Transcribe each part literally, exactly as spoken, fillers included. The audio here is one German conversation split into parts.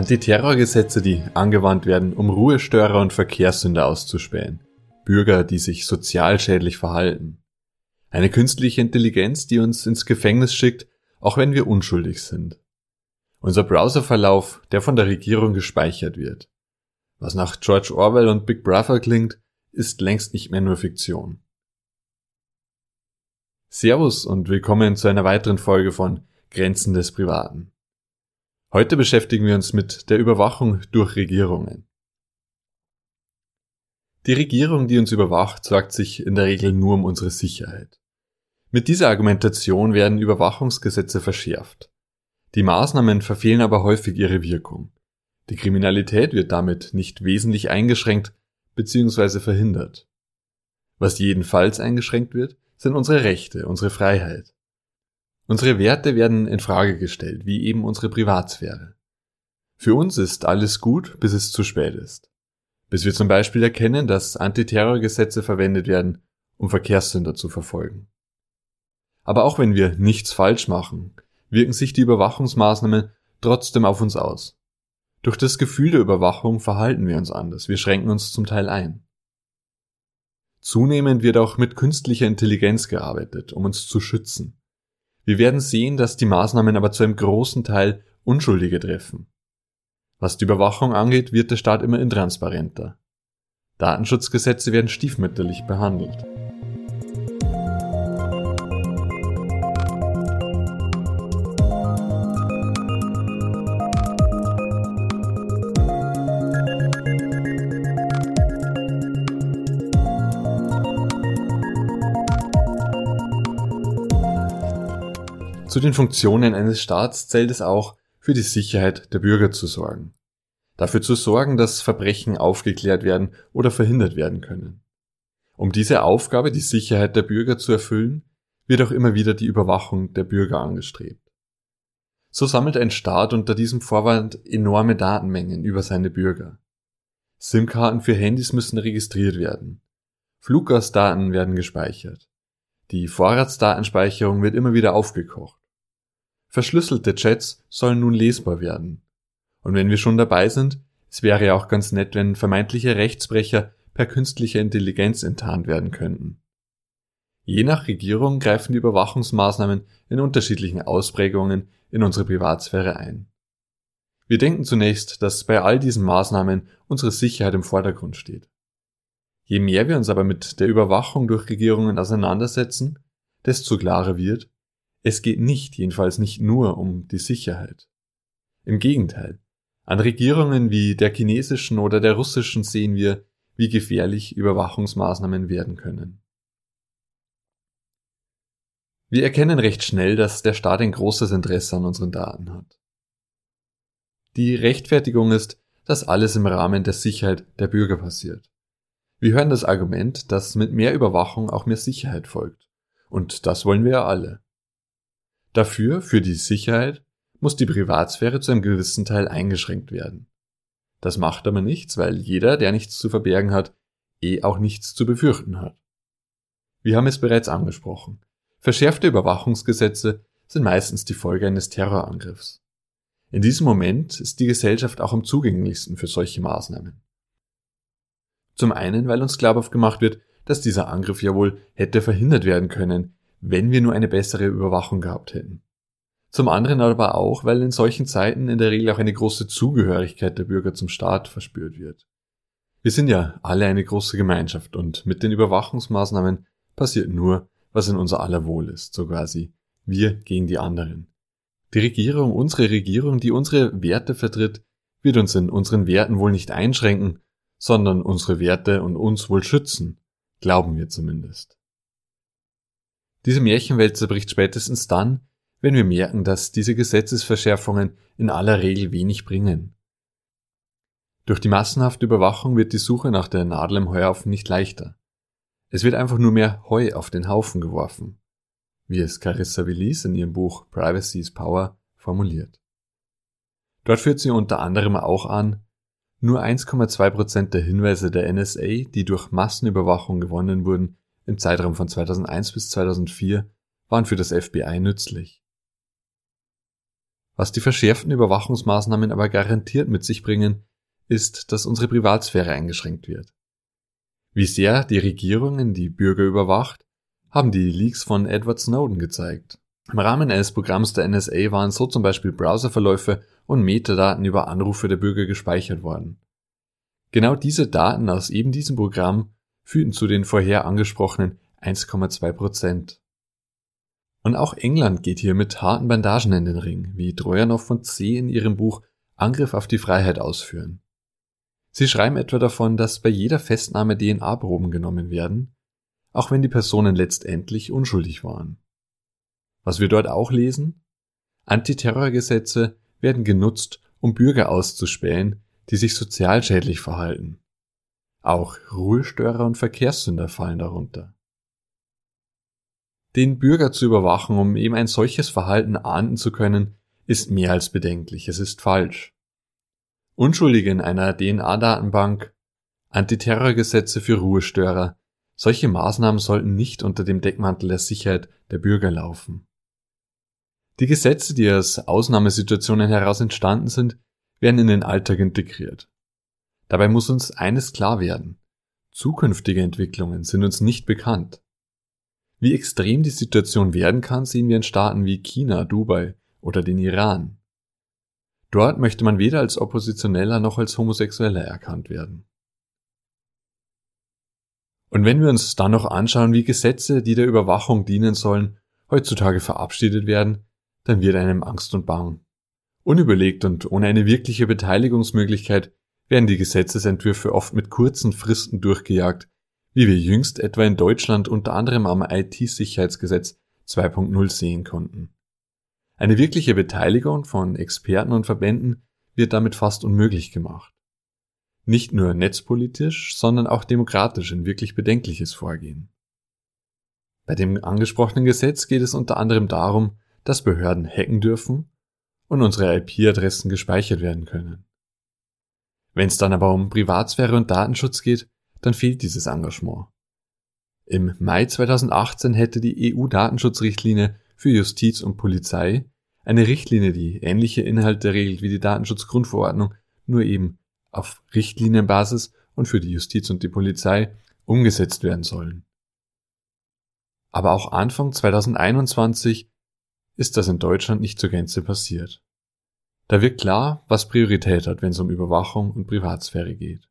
Antiterrorgesetze, die angewandt werden, um Ruhestörer und Verkehrssünder auszuspähen. Bürger, die sich sozial schädlich verhalten. Eine künstliche Intelligenz, die uns ins Gefängnis schickt, auch wenn wir unschuldig sind. Unser Browserverlauf, der von der Regierung gespeichert wird. Was nach George Orwell und Big Brother klingt, ist längst nicht mehr nur Fiktion. Servus und willkommen zu einer weiteren Folge von Grenzen des Privaten. Heute beschäftigen wir uns mit der Überwachung durch Regierungen. Die Regierung, die uns überwacht, sorgt sich in der Regel nur um unsere Sicherheit. Mit dieser Argumentation werden Überwachungsgesetze verschärft. Die Maßnahmen verfehlen aber häufig ihre Wirkung. Die Kriminalität wird damit nicht wesentlich eingeschränkt bzw. verhindert. Was jedenfalls eingeschränkt wird, sind unsere Rechte, unsere Freiheit. Unsere Werte werden in Frage gestellt, wie eben unsere Privatsphäre. Für uns ist alles gut, bis es zu spät ist. Bis wir zum Beispiel erkennen, dass Antiterrorgesetze verwendet werden, um Verkehrssünder zu verfolgen. Aber auch wenn wir nichts falsch machen, wirken sich die Überwachungsmaßnahmen trotzdem auf uns aus. Durch das Gefühl der Überwachung verhalten wir uns anders, wir schränken uns zum Teil ein. Zunehmend wird auch mit künstlicher Intelligenz gearbeitet, um uns zu schützen. Wir werden sehen, dass die Maßnahmen aber zu einem großen Teil Unschuldige treffen. Was die Überwachung angeht, wird der Staat immer intransparenter. Datenschutzgesetze werden stiefmütterlich behandelt. Zu den Funktionen eines Staats zählt es auch, für die Sicherheit der Bürger zu sorgen. Dafür zu sorgen, dass Verbrechen aufgeklärt werden oder verhindert werden können. Um diese Aufgabe, die Sicherheit der Bürger zu erfüllen, wird auch immer wieder die Überwachung der Bürger angestrebt. So sammelt ein Staat unter diesem Vorwand enorme Datenmengen über seine Bürger. SIM-Karten für Handys müssen registriert werden. Fluggastdaten werden gespeichert. Die Vorratsdatenspeicherung wird immer wieder aufgekocht. Verschlüsselte Chats sollen nun lesbar werden. Und wenn wir schon dabei sind, es wäre ja auch ganz nett, wenn vermeintliche Rechtsbrecher per künstlicher Intelligenz enttarnt werden könnten. Je nach Regierung greifen die Überwachungsmaßnahmen in unterschiedlichen Ausprägungen in unsere Privatsphäre ein. Wir denken zunächst, dass bei all diesen Maßnahmen unsere Sicherheit im Vordergrund steht. Je mehr wir uns aber mit der Überwachung durch Regierungen auseinandersetzen, desto klarer wird, es geht nicht, jedenfalls nicht nur um die Sicherheit. Im Gegenteil, an Regierungen wie der chinesischen oder der russischen sehen wir, wie gefährlich Überwachungsmaßnahmen werden können. Wir erkennen recht schnell, dass der Staat ein großes Interesse an unseren Daten hat. Die Rechtfertigung ist, dass alles im Rahmen der Sicherheit der Bürger passiert. Wir hören das Argument, dass mit mehr Überwachung auch mehr Sicherheit folgt. Und das wollen wir ja alle. Dafür, für die Sicherheit, muss die Privatsphäre zu einem gewissen Teil eingeschränkt werden. Das macht aber nichts, weil jeder, der nichts zu verbergen hat, eh auch nichts zu befürchten hat. Wir haben es bereits angesprochen. Verschärfte Überwachungsgesetze sind meistens die Folge eines Terrorangriffs. In diesem Moment ist die Gesellschaft auch am zugänglichsten für solche Maßnahmen. Zum einen, weil uns glaubhaft gemacht wird, dass dieser Angriff ja wohl hätte verhindert werden können, wenn wir nur eine bessere Überwachung gehabt hätten. Zum anderen aber auch, weil in solchen Zeiten in der Regel auch eine große Zugehörigkeit der Bürger zum Staat verspürt wird. Wir sind ja alle eine große Gemeinschaft und mit den Überwachungsmaßnahmen passiert nur, was in unser aller Wohl ist, so quasi wir gegen die anderen. Die Regierung, unsere Regierung, die unsere Werte vertritt, wird uns in unseren Werten wohl nicht einschränken, sondern unsere Werte und uns wohl schützen, glauben wir zumindest. Diese Märchenwelt zerbricht spätestens dann, wenn wir merken, dass diese Gesetzesverschärfungen in aller Regel wenig bringen. Durch die massenhafte Überwachung wird die Suche nach der Nadel im Heuhaufen nicht leichter. Es wird einfach nur mehr Heu auf den Haufen geworfen, wie es Carissa Willis in ihrem Buch Privacy is Power formuliert. Dort führt sie unter anderem auch an, nur eins Komma zwei Prozent der Hinweise der N S A, die durch Massenüberwachung gewonnen wurden, im Zeitraum von zweitausendeins bis zweitausendvier, waren für das F B I nützlich. Was die verschärften Überwachungsmaßnahmen aber garantiert mit sich bringen, ist, dass unsere Privatsphäre eingeschränkt wird. Wie sehr die Regierungen die Bürger überwacht, haben die Leaks von Edward Snowden gezeigt. Im Rahmen eines Programms der N S A waren so zum Beispiel Browserverläufe und Metadaten über Anrufe der Bürger gespeichert worden. Genau diese Daten aus eben diesem Programm führten zu den vorher angesprochenen eins Komma zwei Prozent. Und auch England geht hier mit harten Bandagen in den Ring, wie Trojanow und C. in ihrem Buch Angriff auf die Freiheit ausführen. Sie schreiben etwa davon, dass bei jeder Festnahme D N A-Proben genommen werden, auch wenn die Personen letztendlich unschuldig waren. Was wir dort auch lesen? Antiterrorgesetze werden genutzt, um Bürger auszuspähen, die sich sozial schädlich verhalten. Auch Ruhestörer und Verkehrssünder fallen darunter. Den Bürger zu überwachen, um eben ein solches Verhalten ahnden zu können, ist mehr als bedenklich, es ist falsch. Unschuldige in einer D N A-Datenbank, Antiterrorgesetze für Ruhestörer, solche Maßnahmen sollten nicht unter dem Deckmantel der Sicherheit der Bürger laufen. Die Gesetze, die aus Ausnahmesituationen heraus entstanden sind, werden in den Alltag integriert. Dabei muss uns eines klar werden: Zukünftige Entwicklungen sind uns nicht bekannt. Wie extrem die Situation werden kann, sehen wir in Staaten wie China, Dubai oder den Iran. Dort möchte man weder als Oppositioneller noch als Homosexueller erkannt werden. Und wenn wir uns dann noch anschauen, wie Gesetze, die der Überwachung dienen sollen, heutzutage verabschiedet werden, dann wird einem Angst und Bang. Unüberlegt und ohne eine wirkliche Beteiligungsmöglichkeit werden die Gesetzesentwürfe oft mit kurzen Fristen durchgejagt, wie wir jüngst etwa in Deutschland unter anderem am I T-Sicherheitsgesetz zwei Punkt null sehen konnten. Eine wirkliche Beteiligung von Experten und Verbänden wird damit fast unmöglich gemacht. Nicht nur netzpolitisch, sondern auch demokratisch ein wirklich bedenkliches Vorgehen. Bei dem angesprochenen Gesetz geht es unter anderem darum, dass Behörden hacken dürfen und unsere I P-Adressen gespeichert werden können. Wenn es dann aber um Privatsphäre und Datenschutz geht, dann fehlt dieses Engagement. Im Mai zweitausendachtzehn hätte die E U-Datenschutzrichtlinie für Justiz und Polizei, eine Richtlinie, die ähnliche Inhalte regelt wie die Datenschutzgrundverordnung, nur eben auf Richtlinienbasis und für die Justiz und die Polizei umgesetzt werden sollen. Aber auch Anfang zweitausendeinundzwanzig ist das in Deutschland nicht zur Gänze passiert. Da wird klar, was Priorität hat, wenn es um Überwachung und Privatsphäre geht.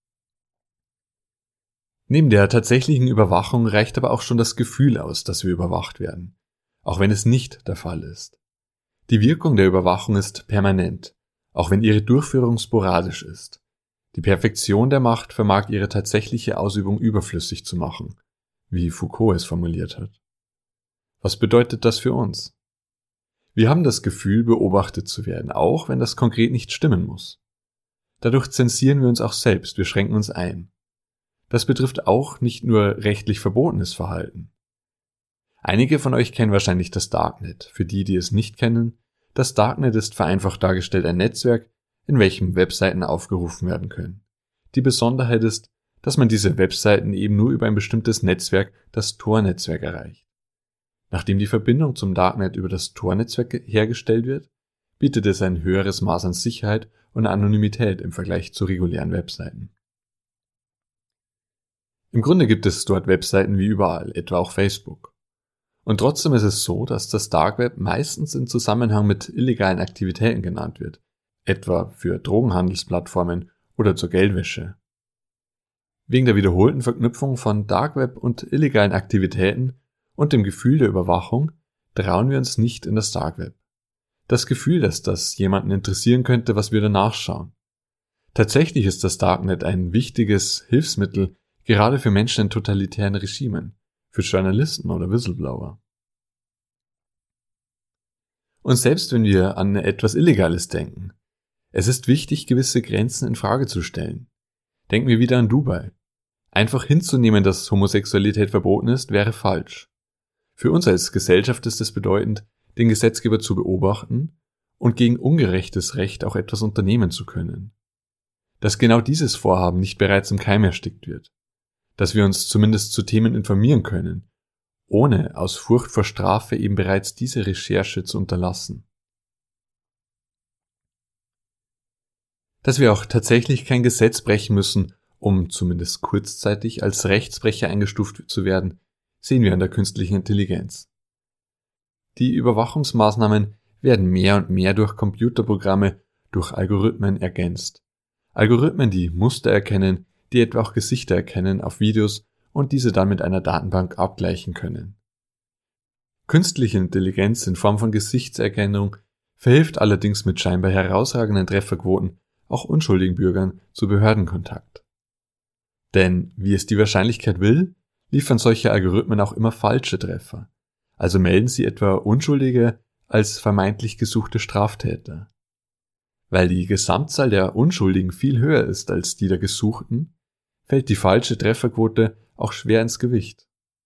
Neben der tatsächlichen Überwachung reicht aber auch schon das Gefühl aus, dass wir überwacht werden, auch wenn es nicht der Fall ist. Die Wirkung der Überwachung ist permanent, auch wenn ihre Durchführung sporadisch ist. Die Perfektion der Macht vermag ihre tatsächliche Ausübung überflüssig zu machen, wie Foucault es formuliert hat. Was bedeutet das für uns? Wir haben das Gefühl, beobachtet zu werden, auch wenn das konkret nicht stimmen muss. Dadurch zensieren wir uns auch selbst, wir schränken uns ein. Das betrifft auch nicht nur rechtlich verbotenes Verhalten. Einige von euch kennen wahrscheinlich das Darknet. Für die, die es nicht kennen, das Darknet ist vereinfacht dargestellt ein Netzwerk, in welchem Webseiten aufgerufen werden können. Die Besonderheit ist, dass man diese Webseiten eben nur über ein bestimmtes Netzwerk, das Tor-Netzwerk, erreicht. Nachdem die Verbindung zum Darknet über das Tor-Netzwerk hergestellt wird, bietet es ein höheres Maß an Sicherheit und Anonymität im Vergleich zu regulären Webseiten. Im Grunde gibt es dort Webseiten wie überall, etwa auch Facebook. Und trotzdem ist es so, dass das Dark Web meistens im Zusammenhang mit illegalen Aktivitäten genannt wird, etwa für Drogenhandelsplattformen oder zur Geldwäsche. Wegen der wiederholten Verknüpfung von Dark Web und illegalen Aktivitäten und dem Gefühl der Überwachung trauen wir uns nicht in das Dark Web. Das Gefühl, dass das jemanden interessieren könnte, was wir da nachschauen. Tatsächlich ist das Darknet ein wichtiges Hilfsmittel, gerade für Menschen in totalitären Regimen, für Journalisten oder Whistleblower. Und selbst wenn wir an etwas Illegales denken, es ist wichtig, gewisse Grenzen in Frage zu stellen. Denken wir wieder an Dubai. Einfach hinzunehmen, dass Homosexualität verboten ist, wäre falsch. Für uns als Gesellschaft ist es bedeutend, den Gesetzgeber zu beobachten und gegen ungerechtes Recht auch etwas unternehmen zu können. Dass genau dieses Vorhaben nicht bereits im Keim erstickt wird. Dass wir uns zumindest zu Themen informieren können, ohne aus Furcht vor Strafe eben bereits diese Recherche zu unterlassen. Dass wir auch tatsächlich kein Gesetz brechen müssen, um zumindest kurzzeitig als Rechtsbrecher eingestuft zu werden, sehen wir an der künstlichen Intelligenz. Die Überwachungsmaßnahmen werden mehr und mehr durch Computerprogramme, durch Algorithmen ergänzt. Algorithmen, die Muster erkennen, die etwa auch Gesichter erkennen auf Videos und diese dann mit einer Datenbank abgleichen können. Künstliche Intelligenz in Form von Gesichtserkennung verhilft allerdings mit scheinbar herausragenden Trefferquoten auch unschuldigen Bürgern zu Behördenkontakt. Denn, wie es die Wahrscheinlichkeit will, liefern solche Algorithmen auch immer falsche Treffer. Also melden sie etwa Unschuldige als vermeintlich gesuchte Straftäter. Weil die Gesamtzahl der Unschuldigen viel höher ist als die der Gesuchten, fällt die falsche Trefferquote auch schwer ins Gewicht.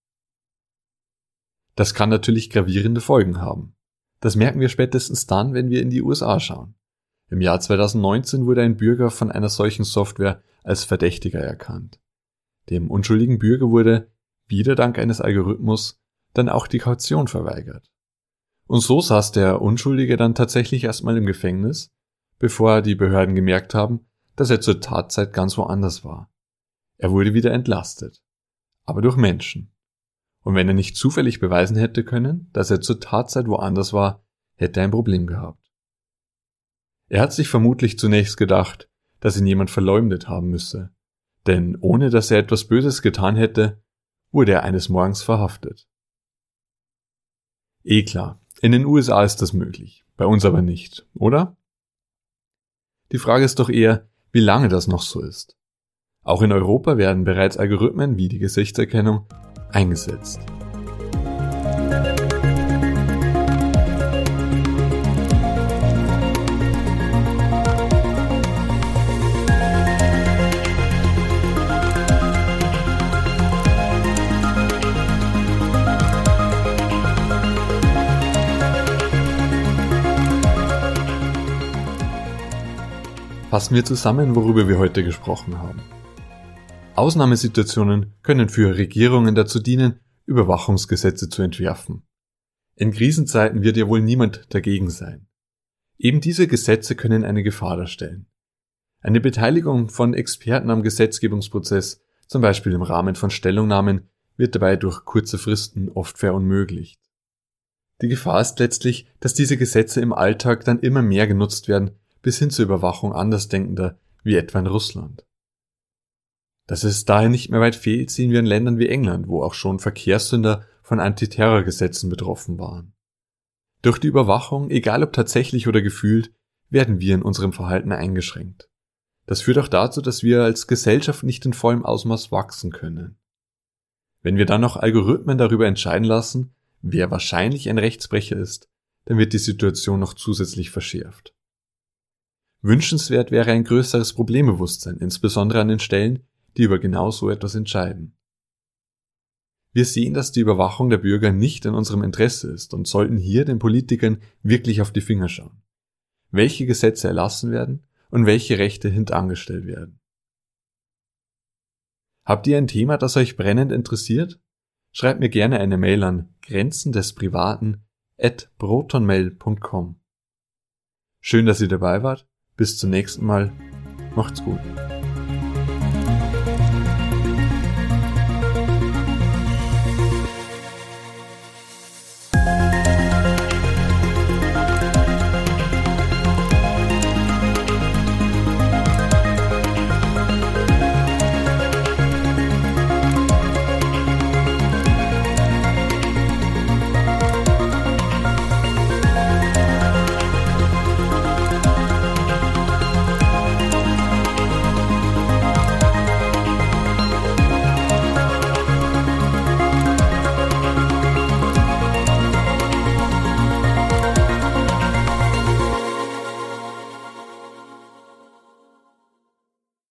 Das kann natürlich gravierende Folgen haben. Das merken wir spätestens dann, wenn wir in die U S A schauen. Im Jahr zweitausendneunzehn wurde ein Bürger von einer solchen Software als Verdächtiger erkannt. Dem unschuldigen Bürger wurde, wieder dank eines Algorithmus, dann auch die Kaution verweigert. Und so saß der Unschuldige dann tatsächlich erstmal im Gefängnis, bevor die Behörden gemerkt haben, dass er zur Tatzeit ganz woanders war. Er wurde wieder entlastet. Aber durch Menschen. Und wenn er nicht zufällig beweisen hätte können, dass er zur Tatzeit woanders war, hätte er ein Problem gehabt. Er hat sich vermutlich zunächst gedacht, dass ihn jemand verleumdet haben müsse. Denn ohne dass er etwas Böses getan hätte, wurde er eines Morgens verhaftet. Eh klar, in den U S A ist das möglich, bei uns aber nicht, oder? Die Frage ist doch eher, wie lange das noch so ist. Auch in Europa werden bereits Algorithmen wie die Gesichtserkennung eingesetzt. Fassen wir zusammen, worüber wir heute gesprochen haben. Ausnahmesituationen können für Regierungen dazu dienen, Überwachungsgesetze zu entwerfen. In Krisenzeiten wird ja wohl niemand dagegen sein. Eben diese Gesetze können eine Gefahr darstellen. Eine Beteiligung von Experten am Gesetzgebungsprozess, zum Beispiel im Rahmen von Stellungnahmen, wird dabei durch kurze Fristen oft verunmöglicht. Die Gefahr ist letztlich, dass diese Gesetze im Alltag dann immer mehr genutzt werden, bis hin zur Überwachung Andersdenkender, wie etwa in Russland. Dass es daher nicht mehr weit fehlt, sehen wir in Ländern wie England, wo auch schon Verkehrssünder von Antiterrorgesetzen betroffen waren. Durch die Überwachung, egal ob tatsächlich oder gefühlt, werden wir in unserem Verhalten eingeschränkt. Das führt auch dazu, dass wir als Gesellschaft nicht in vollem Ausmaß wachsen können. Wenn wir dann noch Algorithmen darüber entscheiden lassen, wer wahrscheinlich ein Rechtsbrecher ist, dann wird die Situation noch zusätzlich verschärft. Wünschenswert wäre ein größeres Problembewusstsein, insbesondere an den Stellen, die über genau so etwas entscheiden. Wir sehen, dass die Überwachung der Bürger nicht in unserem Interesse ist und sollten hier den Politikern wirklich auf die Finger schauen. Welche Gesetze erlassen werden und welche Rechte hintangestellt werden. Habt ihr ein Thema, das euch brennend interessiert? Schreibt mir gerne eine Mail an grenzendesprivaten at protonmail punkt com. Schön, dass ihr dabei wart. Bis zum nächsten Mal. Macht's gut.